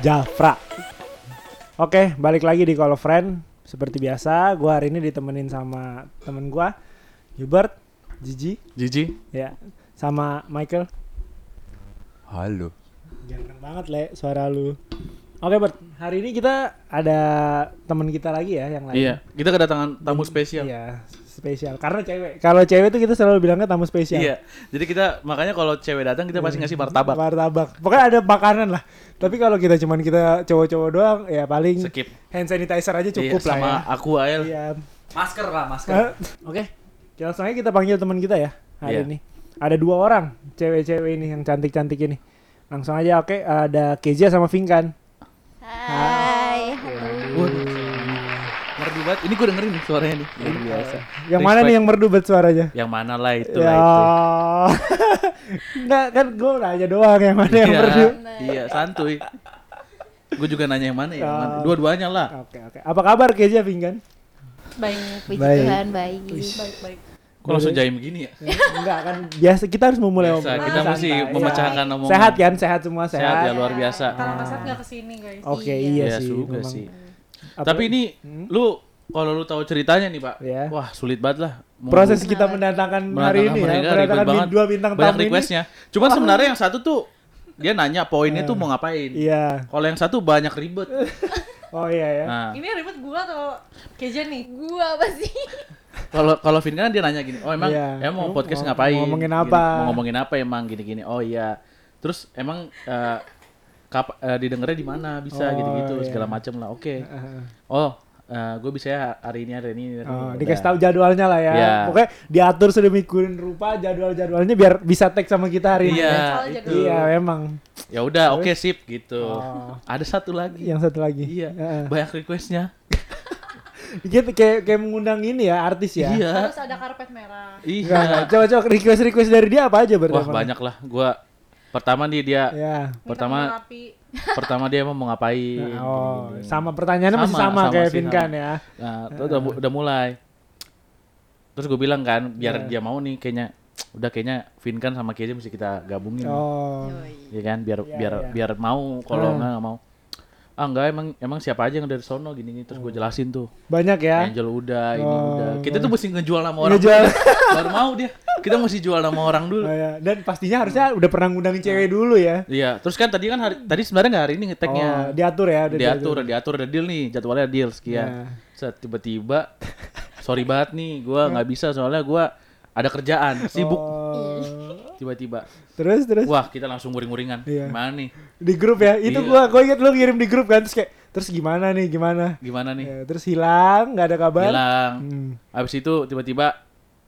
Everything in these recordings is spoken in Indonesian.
Jafra. Oke, balik lagi di Call of Friend. Seperti biasa, gue hari ini ditemenin sama temen gue, Hubert, Gigi, ya, sama Michael. Halo. Ganteng banget Le, suara lu. Oke Bert, hari ini kita ada teman kita lagi ya yang lain. Iya, kita kedatangan tamu spesial. Iya, spesial. Karena cewek. Kalau cewek tuh kita selalu bilangnya tamu spesial. Iya, jadi kita makanya kalau cewek datang kita pasti ngasih martabak. Martabak. Pokoknya ada makanan lah. Tapi kalau kita cowok-cowok doang, ya paling Skip. hand sanitizer aja cukup Iya, lah sama ya. aku aja. Iya. Masker lah, masker. Oke, langsung aja kita panggil teman kita ya hari Iya. ini. Ada 2 orang cewek-cewek ini yang cantik-cantik ini. Langsung aja, oke, ada Kezia sama Vinkan. Hai. Waduh. Merdu banget. Ini gue dengerin nih suaranya nih. Luar biasa. Yang mana nih yang merdu bet suaranya? Yang mana lah itu Ya. lah itu. Enggak kan gue nanya doang yang mana yang Iya, merdu. Iya, santuy. Gue juga nanya yang mana ya? Oh. Mana? Dua-duanya lah. Oke. Apa kabar Kezia Vinkan? Puji Baik. Tuhan baik. Baik. Kok langsung jaim begini ya? Enggak kan biasa kita harus memulai Biasa, omongan kita mesti santai. memecahkan omongan. Sehat kan? Sehat semua Sehat sehat. ya, luar biasa. Kalau nggak sehat nggak kesini guys. Oke, Iya. iya Ya sih. juga memang. sih. Apa- Tapi ini lu kalau lu tahu ceritanya nih, Pak. Iya. Wah, sulit banget lah. Mau proses kita mendatangkan hari ini ya, mereka ribet mendatangkan banget. 2 bintang Banyak tamu ini. requestnya. Cuman sebenarnya yang satu tuh dia nanya poinnya tuh mau ngapain. Iya. Kalau yang satu banyak ribet. Oh iya ya. Nah, Ini yang ribet gua atau Keja nih? Gua apa sih? kalau Vin kan dia nanya gini, oh emang Iya. emang mau podcast Mau ngapain? ngomongin Gini, apa? mau ngomongin apa emang gini-gini. Oh iya. Terus emang didengarnya di mana bisa Oh, gitu-gitu iya. segala macam lah. Oke. Oh, gue bisa ya hari ini. Oh, Udah. dikasih tahu jadwalnya lah ya. Iya. Pokoknya diatur sedemikian rupa jadwalnya biar bisa tag sama kita hari ini. Iya, Soal itu. jadwal. Iya, memang. Ya udah, oke sip gitu. Oh. Ada satu lagi. Yang satu lagi. Iya, Heeh. banyak requestnya. Kita kayak mengundang ini ya, artis ya. Iya. Harus ada karpet merah. Enggak. Iya. Coba request dari dia apa aja berarti? Wah, banyak lah. Gua pertama nih dia Ya. pertama Rapi. pertama dia emang mau ngapain. Oh, gini-gini. sama pertanyaannya masih sama kayak sih, Vinkan sama. ya. Nah, terus udah mulai. Terus gue bilang kan, biar Iya. dia mau nih kayaknya Vinkan sama Kezia mesti kita gabungin. Oh. Ya kan, biar Iya, biar iya. biar mau, kalau Hmm. enggak mau. Ah enggak, emang siapa aja yang dari sono gini terus gue jelasin tuh. Banyak ya. Angel udah, ini Oh. udah. Kita tuh mesti ngejual nama orang. Ngejual. dulu. Baru mau dia. Kita mesti jual nama orang dulu. Oh, ya. Dan pastinya harusnya udah pernah ngundangin cewek dulu ya. Iya, terus kan tadi sebenarnya nggak hari ini ngeteknya. Oh, diatur ya, udah diatur ada deal nih, jadwalnya deal sekian. Set tiba-tiba sorry banget nih, gua nggak bisa soalnya gua ada kerjaan, sibuk. Oh. Tiba-tiba. Terus Wah, kita langsung nguring-nguringan. Iya. Gimana nih? di grup ya. Itu Iya. gua inget lu ngirim di grup kan, terus gimana nih, gimana? Gimana nih? Ya, terus hilang, nggak ada kabar. Bilang. Hmm. Habis itu tiba-tiba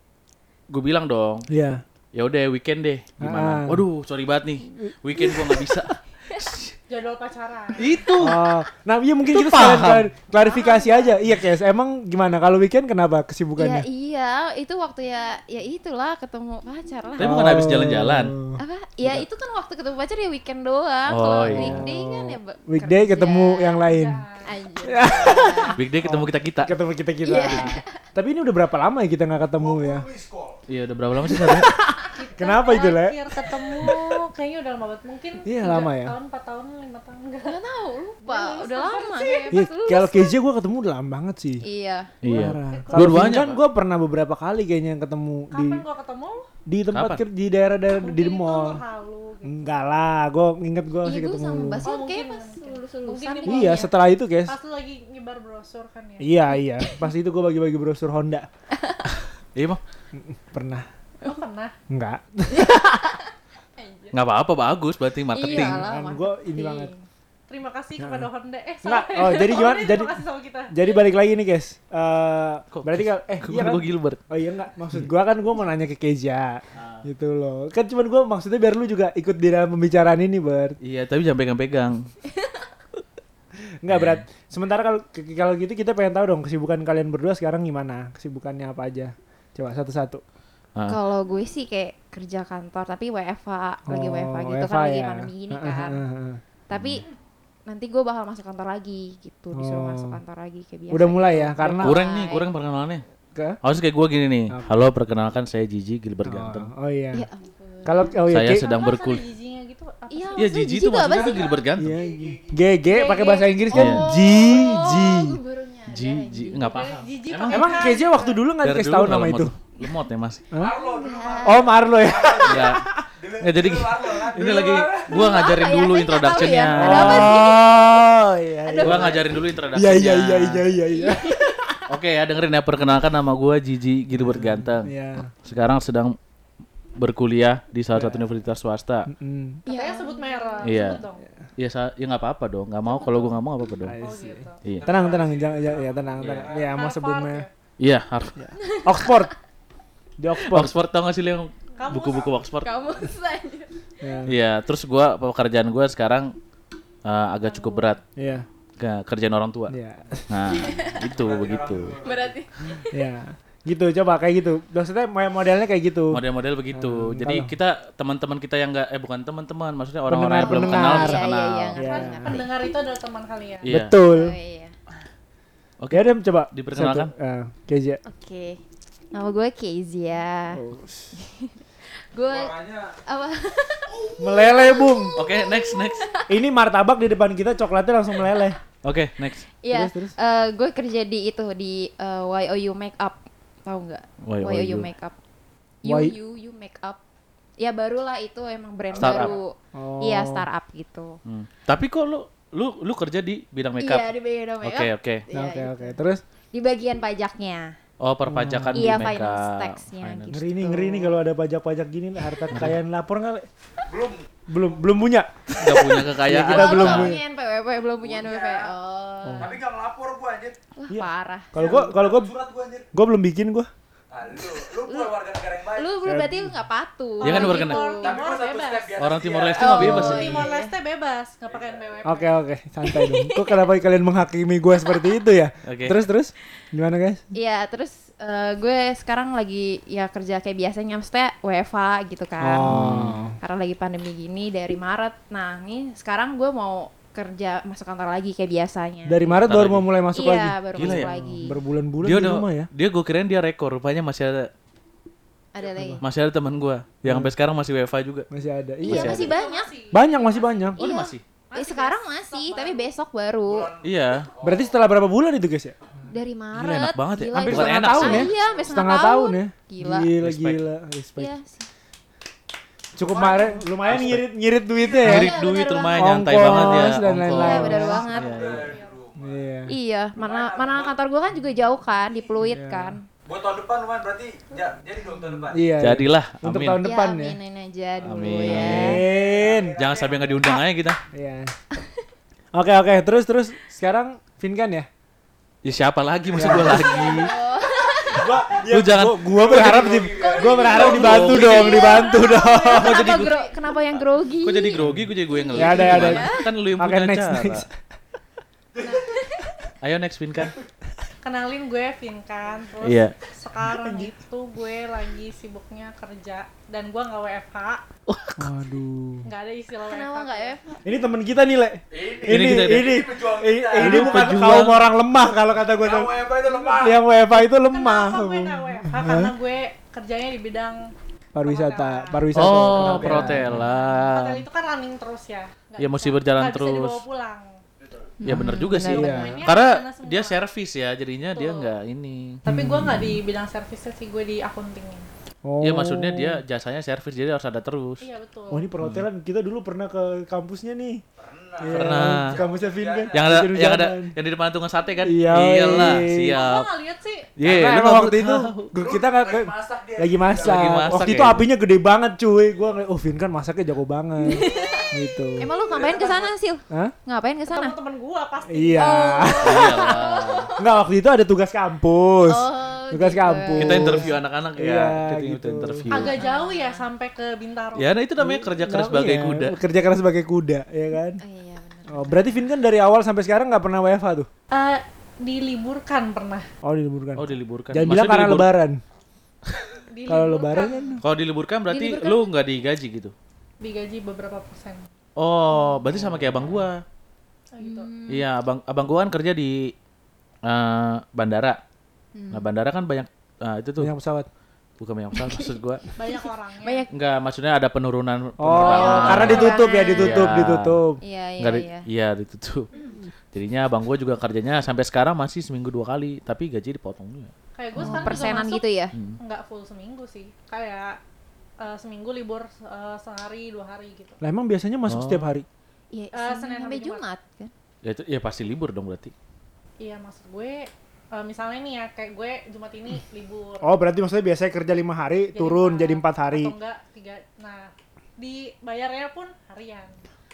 gue bilang dong, Iya. ya udah weekend deh. Gimana? Ah. Waduh, sorry banget nih. Weekend gua nggak bisa. Jadwal pacaran. Itu. Oh, nah iya mungkin Itu kita sekalian paham. klarifikasi aja. Iya, Kes. Emang gimana kalau weekend kenapa Ya kesibukannya? iya, itu waktu ya itulah ketemu pacar lah. Tapi bukan habis jalan-jalan. Apa? Ya itu kan waktu ketemu pacar ya weekend doang. Oh, Kalau iya. weekday kan ya Weekday kerja. ketemu yang lain. Anjir. Big day ketemu kita-kita. Ketemu kita. Iya. Tapi ini udah berapa lama ya kita nggak ketemu ya? Iya, udah berapa lama sih sebenarnya? Kenapa itu, Le? Terakhir ketemu kayaknya udah lama banget. Mungkin Iya, 3 lama ya. tahun, 4 tahun, 5 tahun enggak. Nggak tahu, lupa. Lulus Udah kapan lama sih? kayak Iya, pas lulus. kalau Kezia gue ketemu udah lama banget sih. Iya. Iya. Parah. Kalau Dua-duanya, kan Pak. gue pernah beberapa kali kayaknya yang ketemu Kapan gua ketemu? di tempat Kapan? kerja di daerah-daerah di Mungkin itu mall. halu gitu. Enggak lah, gue inget gue Iya, masih gue ketemu sama lu. Basil Oh, kayak mungkin. pas lulus-lulusan. Mungkin di deh Iya, kayaknya. setelah itu, Kes. Pas lu lagi nyebar brosur kan ya. Iya. Pas itu gue bagi-bagi brosur Honda. Iya, Bang. Pernah. Lo pernah? Enggak. Nggak apa-apa, bagus berarti marketing. Iyalah, Kan gue ini marketing. banget. Terima kasih kepada Honda. Enggak. salah. Oh, jadi gimana? Honda Jadi terima kasih sama kita. jadi balik lagi nih, Kes. Kok Berarti kalau iya kan? Gue Gilbert. Oh iya enggak, maksud gua kan gua mau nanya ke Kezia. Gitu loh. Kan cuman gua maksudnya biar lu juga ikut di dalam pembicaraan ini, Bert. Iya, tapi jangan pegang-pegang. Enggak berat. Sementara kalau gitu kita pengen tahu dong kesibukan kalian berdua sekarang gimana? Kesibukannya apa aja? Coba satu-satu. Ah. Kalau gue sih kayak kerja kantor tapi WFH, lagi Oh, WFH gitu WFH kan lagi ya. pandemi gini kan. Tapi nanti gue bakal masuk kantor lagi gitu, disuruh Oh. masuk kantor lagi kayak biasa. Udah mulai gitu. ya, karena- Kurang perkenalannya. Ke? Harus kayak gue gini nih. Oke. Halo, perkenalkan saya Gigi Gilbert Ganteng. Oh iya. Ya ampun. Kalau Saya Ke- sedang Apa berkuliah. ada giginya gitu? Apa Iya, Iya, maksudnya Gigi itu apa maksudnya sih? Gilbert ganteng. Iya, GG pakai bahasa Inggris kan Oh. G. gue baru nyadar, Gigi enggak paham. Gigi Emang Emang Kezia waktu dulu nggak dari dikasih dulu tahu nggak nama lemot? itu? Lemot ya, Mas. Oh Marlo ya. Enggak. Nggak jadi ini lagi gua ngajarin Apa ya? dulu Saya nggak introduction-nya. tahu ya. Ada apa sih? Oh iya. Gua ngajarin dulu Iya introduction-nya. iya. Oke ya, dengerin ya, perkenalkan nama gua Gigi Gilbert Ganteng. Iya. Sekarang sedang berkuliah di salah satu universitas swasta. Mm. Katanya sebut merah. Iya. Sebut dong. Ya ya nggak apa-apa dong, nggak mau kalau gua nggak mau nggak apa-apa dong. Oh gitu. Iya. Tenang jangan ya tenang. Ya mau Harvard sebutnya ya? Iya, Harvard. Oxford. Di Oxford. Oxford tau gak sih lo yang Kamu buku-buku Oxford? Kamu saja. Ya. Iya, terus pekerjaan gua sekarang agak cukup berat. Iya. Kerjaan orang tua. Iya. Nah, itu begitu. Berarti. Iya. Gitu coba kayak gitu. Maksudnya modelnya kayak gitu. Model-model begitu. Jadi kita teman-teman kita yang enggak bukan teman-teman, maksudnya orang-orang yang belum Pendengar. kenal bisa Iya, kenal. iya, Iya. ngerti. Pendengar itu adalah teman kalian. Iya. Betul. Oh, iya. Oke. Ya udah coba Diperkenalkan. Kezia. Oke. Nama gue Kezia. Gue apa? Meleleh, Bung. Oke, next. Ini martabak di depan kita coklatnya langsung meleleh. Oke, next. Iya. Terus. Gue kerja di itu di YOU Makeup. Tahu nggak? YOU. Makeup. Y- YOU Makeup. Ya barulah itu emang brand Startup. baru. Oh. Iya, startup gitu. Tapi kok lu kerja di bidang makeup? Iya, di bagian makeup. Oke. Iya, Oke. itu. Terus Di bagian pajaknya. Oh, perpajakan Iya, di makeup. finance tax-nya Finance. gitu. ngeri nih kalau ada pajak-pajak gini harta kekayaan lapor nggak? Belum punya. Nggak punya kekayaan. Kita Oh, belum belum punya. punya NPWP, belum punya NPWP. Oh. Tapi gak ngelapor gua anjir. Wah, Iya. parah. Kalau gua Surat gua anjir. belum bikin gua. Ah, lu bukan warga negara yang baik. Lu berarti lu nggak patuh. Iya kan, gitu. warga negara. Tapi gua satu bebas. step di atas Orang dia. Timor Leste mah bebas ya. Timor Leste bebas, nggak pakai NPWP. Oke, santai dong. Kok kenapa kalian menghakimi gua seperti itu ya? Oke. Terus gimana guys? Iya, terus gue sekarang lagi ya kerja kayak biasanya, maksudnya WFA gitu kan. Oh. Karena lagi pandemi gini dari Maret. Nah, nih sekarang gue mau kerja masuk kantor lagi kayak biasanya. Dari Maret Bentar baru lagi. mau mulai masuk iya, lagi. baru Gila masuk ya? lagi. Berbulan-bulan Dia di udah rumah ya. Dia gue kirain dia rekor, rupanya Ada lagi. masih ada teman gua yang sampai sekarang masih WFA juga. Masih ada. Iya, Iya. masih banyak. Masih banyak. Oh, lu Iya. masih? Sekarang masih, tapi besok baru. Iya. Berarti setelah berapa bulan itu guys ya? Dari Maret. Gila, enak banget ya. Gila, Hampir itu setengah enak tahun sih. ya? Iya, sampai Setengah tahun ya. Gila. Respect. Respect. Iya sih. Cukup lumayan ngirit duitnya ya. Ngirit duit bener lumayan banget. nyantai banget ya. Ongkos dan ongkos. lain-lain. Iya, benar banget. Iya, iya. Iya. Iya, mana kantor gua kan juga jauh kan, di Pluit kan. Buat tahun depan lumayan berarti jadi dong tahun depan. Iya. Jadilah, Untuk amin. tahun depan ya. ya. Aminin aja dulu Amin. ya. Amin. Jangan sampai nggak diundang aja kita. Iya. Oke, terus sekarang Vinkan ya? Ya siapa lagi maksud gua lagi? Lu jangan- gua berharap dibantu dong. Kenapa yang grogi? Kok jadi grogi? Gue jadi gue yang ngelit. Ya ada. Gimana? Kan lu yang Oke, punya next. acara. Ayo next Vinkan. Kenalin gue Vinkan, terus Iya. sekarang itu gue lagi sibuknya kerja dan gue nggak WFH, Waduh. nggak ada istilah Kenapa WFH. enggak ya? Ini temen kita nih, Le. Ini kita, Le. ini pejuang kita. ini bukan pejuang. kaum orang lemah kalau kata gue. Yang WFH itu lemah. Yang WFA itu lemah. Kenapa gue nggak WFH? Karena gue kerjanya di bidang Pariwisata. Oh, Perhotelan. perhotelan. hotel itu kan running terus ya. Nggak Ya, bisa- mesti berjalan nggak bisa terus. dibawa pulang. Ya benar juga sih. benar. Mainnya Karena kesana semua. dia servis ya, jadinya dia Betul. nggak ini. Tapi gue nggak di bidang servisnya sih, gue di accountingnya. Oh. Ya maksudnya dia jasanya servis, jadi harus ada terus. Iya betul. Oh, ini perhotelan kita dulu pernah ke kampusnya nih. Iya, Pernah. Kampusnya Vinkan. Yang di depan tungan sate kan? Iya, Iyalah, iya. siap. Gue nggak lihat sih. Iya, Karena lu emang nggak waktu itu tahu. kita nggak Masak dia. lagi masak. Lagi masak Waktu itu ya. apinya gede banget cuy. Gua ngeliat, oh Vinkan masaknya jago banget. Gitu. Emang lu ngapain ke sana, Sil? Hah? Ngapain ke sana? Teman-teman gue pasti. Iya. Iyalah. Enggak, waktu itu ada tugas kampus. Oh, Tugas gitu. kampus. Kita interview anak-anak ya. Iya, Kita gitu. interview. Agak jauh ya sampai ke Bintaro. Ya, nah itu namanya kerja keras Nah, sebagai iya, kuda. Kerja keras sebagai kuda, ya kan? Oh, iya benar. Oh, berarti Vinkan dari awal sampai sekarang nggak pernah WFH tuh? Diliburkan pernah. Oh, diliburkan. Oh, diliburkan. Jangan Maksudnya bilang karena dilibur- lebaran. Diliburkan, Kalau lebaran kan Kalau diliburkan berarti Diliburkan. lu nggak digaji gitu. digaji beberapa persen. Oh, berarti sama kayak abang gua. Oh, gitu. Iya, abang gua kan kerja di bandara. Nah, bandara kan banyak itu tuh. banyak pesawat. Bukan banyak pesawat maksud gua. Banyak orangnya. Banyak. Enggak, maksudnya ada penurunan. Karena ditutup ya, Iya. ditutup. Iya, iya, Nggak iya. iya ditutup. Jadinya abang gua juga kerjanya sampai sekarang masih seminggu 2 kali, tapi gaji dipotong juga. Kayak gue sekarang Persenan juga masuk gitu ya. nggak full seminggu sih. Kayak seminggu libur sehari 2 hari gitu. Lah emang biasanya masuk setiap hari. Iya, Senin sampai sampai Jumat kan. Ya itu ya pasti libur dong berarti. Iya maksud gue misalnya nih ya kayak gue Jumat ini libur. Oh, berarti maksudnya biasanya kerja 5 hari, turun jadi 4 hari. Atau enggak 3. Nah, dibayarnya pun harian.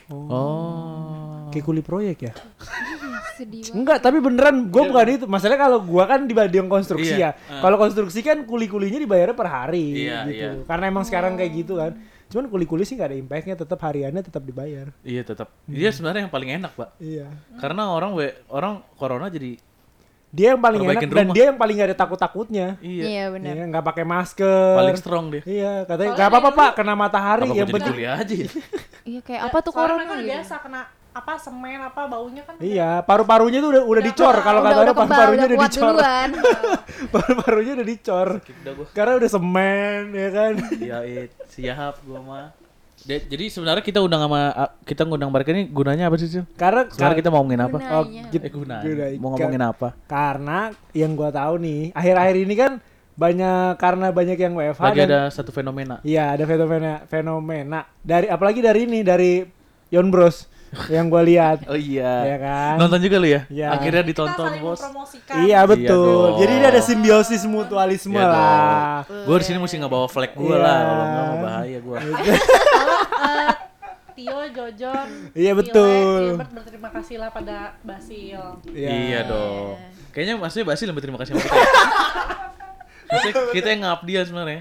Oh. Kayak kuli proyek ya? Sedih banget. Enggak, tapi beneran gue bukan itu. Masalahnya kalau gue kan di bidang konstruksi Iya, ya. Kalau konstruksi kan kuli-kulinya dibayarnya per hari Iya, gitu. iya. Karena emang sekarang kayak gitu kan. Cuman kuli-kuli sih gak ada impactnya, tetap hariannya tetap dibayar. Iya tetap. Dia sebenarnya yang paling enak, Pak. Iya. Karena orang corona jadi Dia yang paling Perbaikin enak dan rumah. dia yang paling gak ada takut-takutnya. Iya, benar. Iya, nggak pakai masker. paling strong dia. Iya, katanya Soalnya nggak apa-apa dulu- Pak, kena matahari Apa yang gua jadi penting. kuliah aja ya? Iya, kayak apa tuh Soalnya corona mereka udah gitu. biasa kena apa semen apa baunya kan. Iya, paru-parunya tuh udah dicor. Kalau kata orang kebal, paru-parunya udah udah kuat dicor. duluan. Paru-parunya udah dicor. Udah gua. Karena udah semen ya kan. Iya, siap gua mah. Jadi sebenarnya kita ngundang mereka ini gunanya apa sih, Sil? Karena Sekarang kita mau ngomongin apa? Gunanya. Oh, gitu. Gunanya. Mau ngomongin apa? Karena yang gua tahu nih, akhir-akhir ini kan karena banyak yang WFH Lagi dan ada satu fenomena. iya, ada fenomena dari apalagi dari Yon Bros yang gua lihat. Oh iya. Ya kan? Nonton juga lu ya? Iya. Akhirnya Kita ditonton, saling Bos. mempromosikan. Iya betul. dong. Jadi ini ada simbiosis mutualisme Iya lah. Gue di sini mesti ngebawa flag gue Iya. lah, kalau nggak mau bahaya gue. Kalau Tio, Jojon, Iya, Tile, betul. Gilbert berterima kasih lah pada Basil. Iya dong. Kayaknya maksudnya Basil lebih terima kasih sama kita. Ya? Maksudnya kita yang ngap dia sebenarnya.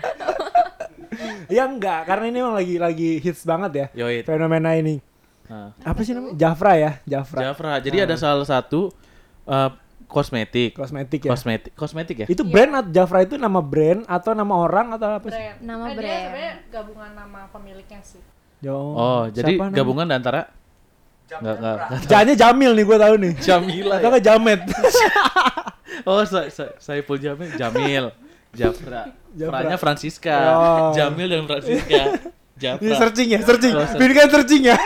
Ya enggak, karena ini emang lagi hits banget ya Yoit. fenomena ini. Nah, Apa sih namanya? Jafra ya, Jafra. Jafra. Jadi ada salah satu kosmetik. Kosmetik ya. Kosmetik ya? Itu brand atau Jafra itu nama brand atau nama orang atau apa sih? Brand. Nama Dia brand. sebenarnya gabungan nama pemiliknya sih. Oh, jadi siapa namanya? gabungan antara enggak. Janya Jamil nih gue tahu nih. Jamila Atau ya? nggak Jamet. Oh, Saiful Jamil. Jafra. Jafra. Franya Francisca. Oh. Jamil dan Francisca. Jafra. Ini searching ya, searching. Oh, Ini kan searching ya.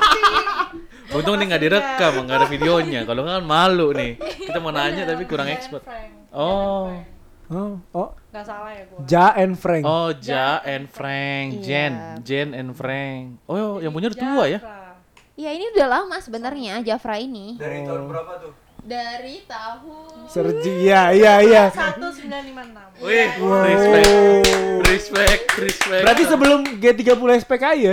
Untung nih nggak direkam, nggak ada videonya. Kalau nggak kan malu nih. Kita mau nanya tapi kurang expert. Oh. Oh, Gak salah ya gue. Ja and Frank. Oh, Ja and Frank, Iya. Jen and Frank. Oh, yang punya udah tua ya? Iya, ini udah lama sebenarnya Jafra ini. Dari tahun berapa tuh? Dari tahun Searching. Iya. 1956. Wih, Wow. respect. Berarti sebelum G30 SPKI ya?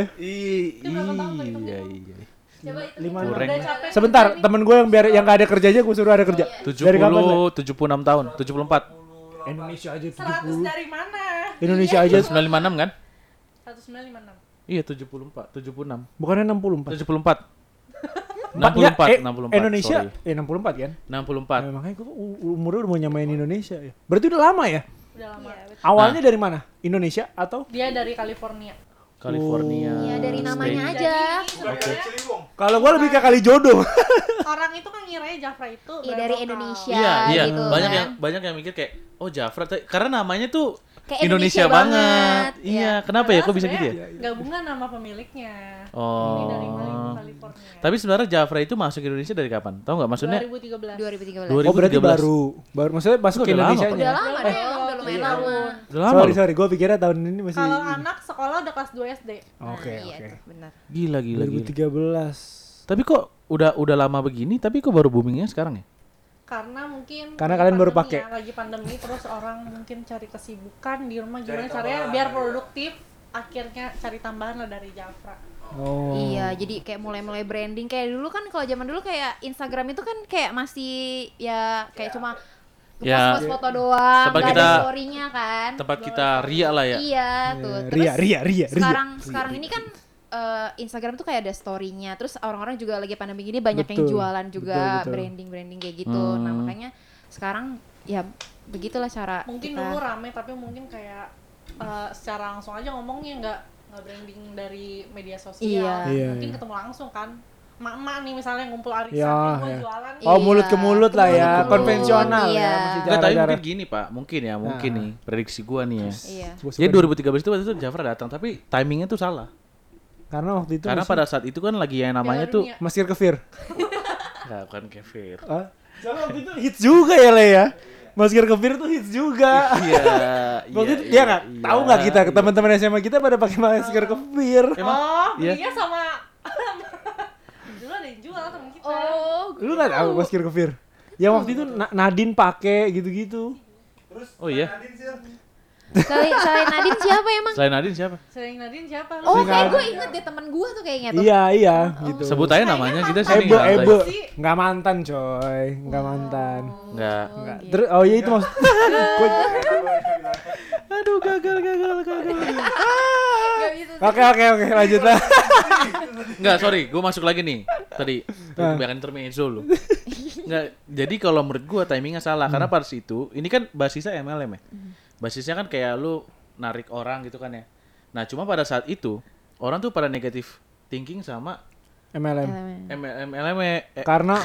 Iya. Coba itu Lima Kurang. Udah capek Sebentar, kerja nih. temen gue yang gak ada kerjanya gue suruh ada kerja. Dari kapan? Le? 76 tahun, 74. Indonesia aja 100 dari mana? Indonesia aja 956 kan? 1956. Iya, 74, 76. bukannya 64. 74. Ya, 64. Indonesia sorry. 64 kan? 64. Nah, makanya gue umurnya udah mau nyamain Indonesia ya. Berarti udah lama ya? Udah lama. Awalnya dari mana? Indonesia atau? Dia dari California. California. Iya, dari namanya State. aja. Jadi sebenarnya Ciliwung. Kalau gue lebih ke kali jodoh. orang itu kan ngiranya Jafra itu Iya, brand dari lokal. Indonesia. Iya, gitu banyak kan. yang mikir kayak oh Jafra karena namanya tuh Kayak Indonesia Indonesia banget. banget. Iya, Iya. kenapa ya? Kok bisa gitu Sebenarnya ya? Gabungan nama pemiliknya. Oh. Ini dari California. Tapi sebenarnya Jafra itu masuk ke Indonesia dari kapan? Tahu nggak maksudnya? 2013. 2013. 2013. Oh berarti baru maksudnya masuk Udah ke lama, Indonesia Udah lama dong, udah lumayan lama. Udah lama loh. Sorry, gue pikirnya tahun ini masih. Kalau anak sekolah udah kelas 2 SD. Oke, Nah, iya oke. tuh, benar. Gila. 2013. Tapi kok udah lama begini tapi kok baru boomingnya sekarang ya? Karena mungkin Karena lagi kalian baru pandemi pakai. ya, lagi pandemi terus orang mungkin cari kesibukan di rumah Cari gimana caranya tambahan. biar produktif, akhirnya cari tambahan lah dari Jafra. Oh. Iya, jadi kayak mulai branding kayak dulu kan kalau zaman dulu kayak Instagram itu kan kayak masih ya kayak cuma Ya. ngepost foto doang, Tempat nggak kita- ada story-nya kan. Tempat kita ria lah ya. Iya tuh. Ria, ria. Sekarang ini kan Instagram tuh kayak ada story-nya. Terus orang-orang juga lagi pandemi gini banyak yang Betul, jualan juga, betul. branding kayak gitu. Nah, makanya sekarang ya begitulah cara Mungkin kita. dulu rame tapi mungkin kayak secara langsung aja ngomongnya nggak branding dari media sosial. Iya. Iya, Mungkin iya. ketemu langsung kan. emak-emak nih misalnya ngumpul arisan Ya, gue ya. jualan. Oh, Iya. mulut ke mulut lah ya, Mulut ke mulut, konvensional iya. ya, masih Enggak, tapi jarang-jarang. mungkin gini Pak, mungkin Nah. nih, prediksi gua nih ya. Iya. Gua suka Jadi nih. 2013 itu waktu itu Jafar datang, tapi timingnya tuh salah. Karena waktu itu Karena masih pada saat itu kan lagi yang namanya Piala tuh Dunia. Masker Kefir. enggak bukan Kevin. Soalnya waktu itu hits juga ya Le ya. Masker Kefir tuh hits juga. Iya. Waktu itu ya nggak tahu nggak kita ke teman-teman SMA kita pada pakai masker Kefir. Oh, Iya. belinya sama dulu ada yang jual temen kita. Oh, Lu nggak tahu masker Kefir? Yang waktu itu Nadine pakai gitu-gitu. Oh iya. selain Nadine siapa emang? Selain Nadine siapa? Sering Nadine siapa? Oh, Selain kayak gue Nadine. inget deh temen gue tuh kayaknya tuh. Iya gitu. Sebut aja namanya kita sini Ebe, nggak Ebe, sih. nggak mantan coy, nggak mantan. Enggak. Nggak. Terus, oh iya itu maksud. Aduh gagal. Gak bisa. Oke lanjut lah. Enggak, sorry, gue masuk lagi nih. Tadi Ah. kebanyakan intermezzo lu. Enggak, jadi kalau menurut gue timingnya salah karena pada situ ini kan basisnya MLM ya. Basisnya kan kayak lu narik orang gitu kan ya. Nah, cuma pada saat itu orang tuh pada negatif thinking sama MLM. MLM Karena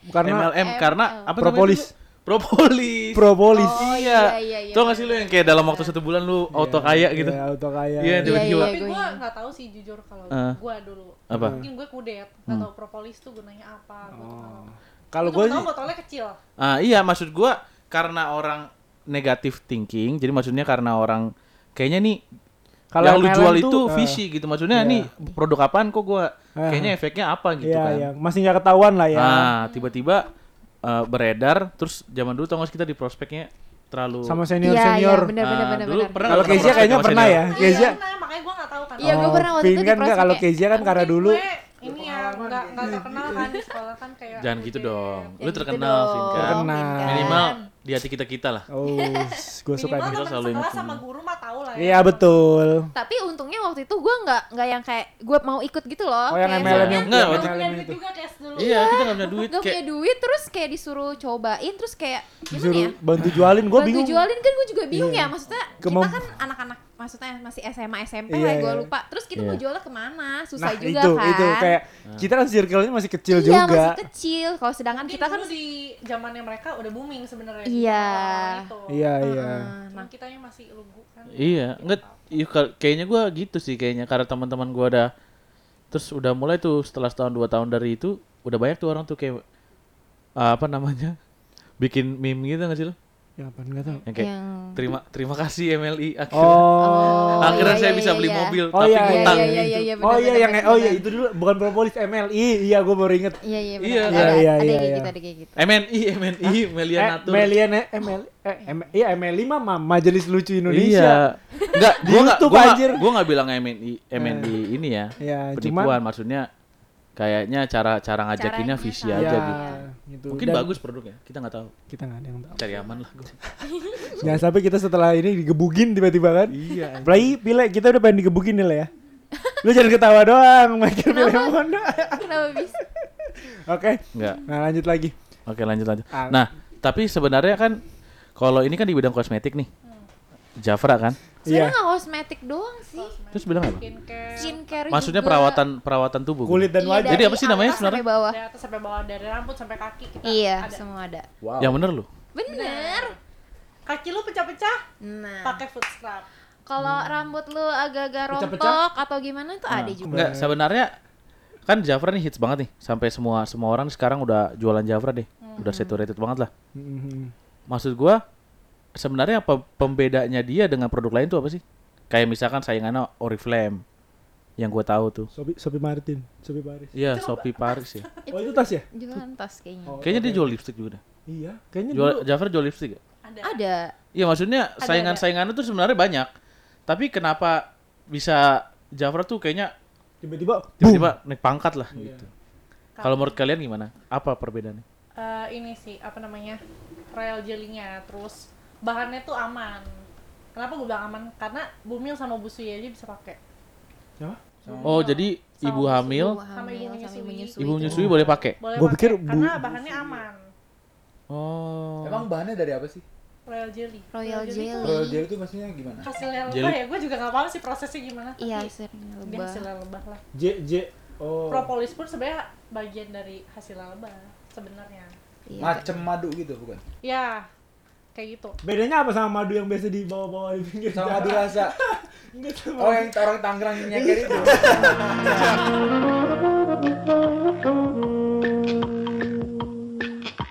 MLM karena apa namanya propolis. dulu? Propolis. Propolis. Oh, Iya. iya. Tau gak sih lu yang kayak dalam waktu 1 bulan lu auto kaya gitu? Iya, auto kaya. Iya, tiba-tiba. Tapi gue gue ingat. nggak tahu sih jujur kalau gue dulu. Apa? Mungkin gue kudet, nggak tahu propolis tuh gunanya apa. Gue tuh tahu. Kalau Gue gue tahu botolnya kecil. Iya, maksud gua karena orang negatif thinking, jadi maksudnya karena orang kayaknya nih kalau yang lu MLM jual tuh, itu visi gitu, maksudnya iya. nih produk apaan kok gua kayaknya efeknya apa gitu iya, kan. iya, masih nggak ketahuan lah ya. Nah, tiba-tiba beredar, terus zaman dulu tau gak sih kita di prospeknya terlalu Sama Iya, senior-senior. bener. dulu pernah Kalau nggak Kezia kayaknya prospek sama pernah ya. senior? Kezia. Iya, makanya gue nggak tahu kan. Iya, gue pernah waktu Vin itu di kan enggak kalau prospek. Kezia kan karena Mungkin dulu gue ini ya nggak terkenal kan di sekolah kan kayak. Jangan gitu kudet. dong. Lu Yang terkenal, gitu Vin dong, kan. Terkenal. Vin kan. Minimal di hati kita lah. oh, gue suka Minimal nih. Kita teman selalu sekelas ingetin. sama guru mah tahu lah ya. Iya betul. Tapi untungnya waktu itu gue nggak yang kayak gue mau ikut gitu loh. Oh, yang Kayak MLM soalnya yang Enggak, Gak waktu- punya MLM duit itu. juga kayak dulu. Iya, kita gak punya duit gak punya kayak duit terus kayak disuruh cobain terus kayak gimana ya? Disuruh bantu jualin, gue Bantu bingung. jualin kan gue juga bingung Iya. ya maksudnya Kemam- kita kan anak-anak maksudnya masih SMA SMP Iya, lah gue iya. lupa terus kita Iya. mau jualnya kemana susah Nah juga itu kan kayak kita kan circle-nya masih kecil iya juga. masih kecil kalau sedangkan Mungkin kita kan dulu di zamannya mereka udah booming sebenarnya. Iya. Orang-orang itu. Iya iya. Cuma kitanya masih lugu kan. Iya, enggak kayaknya gua gitu sih kayaknya karena teman-teman gua ada terus udah mulai tuh setelah setahun 2 tahun dari itu udah banyak tuh orang tuh kayak apa namanya? Bikin meme gitu enggak sih lo? Ya apa nggak tahu. Yang kayak yang terima kasih MLI akhirnya. Oh. Akhirnya iya, saya iya, bisa beli iya. mobil Oh, tapi iya, ngutang. iya, Oh benar, iya benar, yang benar, oh iya benar. itu dulu bukan propolis MLI. Iya gue baru inget. iya Iya, benar. iya, ada iya, ada iya, kayak iya. gitu ada kayak gitu MNI Melia Natur. Melian iya MLI mah Majelis Lucu Iya. Indonesia. Enggak, Di YouTube, anjir. gua enggak bilang MNI ini ya. Ya, Penipuan maksudnya kayaknya cara ngajakinnya Caranya visi salah. aja ya, gitu. gitu. Mungkin Dan bagus produknya, kita nggak tahu. Kita nggak ada yang tahu. Cari aman lah gua. Jangan sampai kita setelah ini digebugin tiba-tiba kan. Iya. Apalagi Pile kita udah pengen digebugin nih lah ya. Lu jangan ketawa doang, Michael Pile Mondo. kenapa bisa Oke. Enggak. Nah lanjut lagi. Oke, lanjut. Ah. Nah, tapi sebenarnya kan kalau ini kan di bidang kosmetik nih. Jafra kan? Iya. sebenarnya nggak kosmetik doang sih Terus bilang apa? Skincare. skincare Maksudnya juga. perawatan tubuh. Kulit dan Iya, wajah. Jadi apa sih namanya atas sebenarnya? sampai bawah Dari atas sampai bawah, dari rambut sampai kaki kita iya ada. semua ada Wow. Yang bener lu? bener Kaki lu pecah-pecah nah pakai foot scrub. kalau rambut lu agak-agak Pecah-pecah? rontok atau gimana tuh Nah, ada juga Enggak, sebenarnya kan Jafra nih hits banget nih. Sampai semua orang sekarang udah jualan Jafra deh. Udah saturated banget lah. Mhm. Maksud gua sebenarnya apa pembedanya dia dengan produk lain tuh apa sih? Kayak misalkan saingannya Oriflame yang gua tahu tuh. Sophie Martin, Sophie Paris. Iya, Shopee Paris ya. Oh itu tas ya? jualan tas kayaknya Oh, Kayaknya dia oke. jual lipstick juga deh. Iya, kayaknya Jual dulu. Jafra jual lipstick gak? ada Iya, maksudnya Ada. saingan-saingannya tuh sebenarnya banyak. Tapi kenapa bisa Jafra tuh kayaknya Tiba-tiba tiba-tiba naik pangkat lah Iya. gitu. Kalau menurut kalian gimana? Apa perbedaannya? Ini sih apa namanya, royal jelly-nya, terus bahannya tuh aman. Kenapa gue bilang aman? Karena Bumil sama Bu Sui aja bisa pakai. Siapa? Oh, jadi Sama ibu Bu Sui. hamil, Sama ibu menyusui. ibu menyusui boleh pakai. Boleh Gua pakai, pikir karena bahannya aman. Oh. Emang bahannya dari apa sih? Royal jelly. Royal tuh jelly. Royal jelly itu maksudnya gimana? hasilnya Jelly. lebah ya, gue juga gak paham sih prosesnya gimana. iya tapi sering dia lebah hasilnya lebah lah. J Oh. Propolis pun sebenarnya bagian dari hasil laba sebenarnya. Iya. Macem madu gitu bukan? Ya, kayak gitu. Bedanya apa sama madu yang biasa dibawa-bawa di pinggir Sama jalan? madu rasa. Enggak sama. Oh yang orang Tangerang nyeker itu.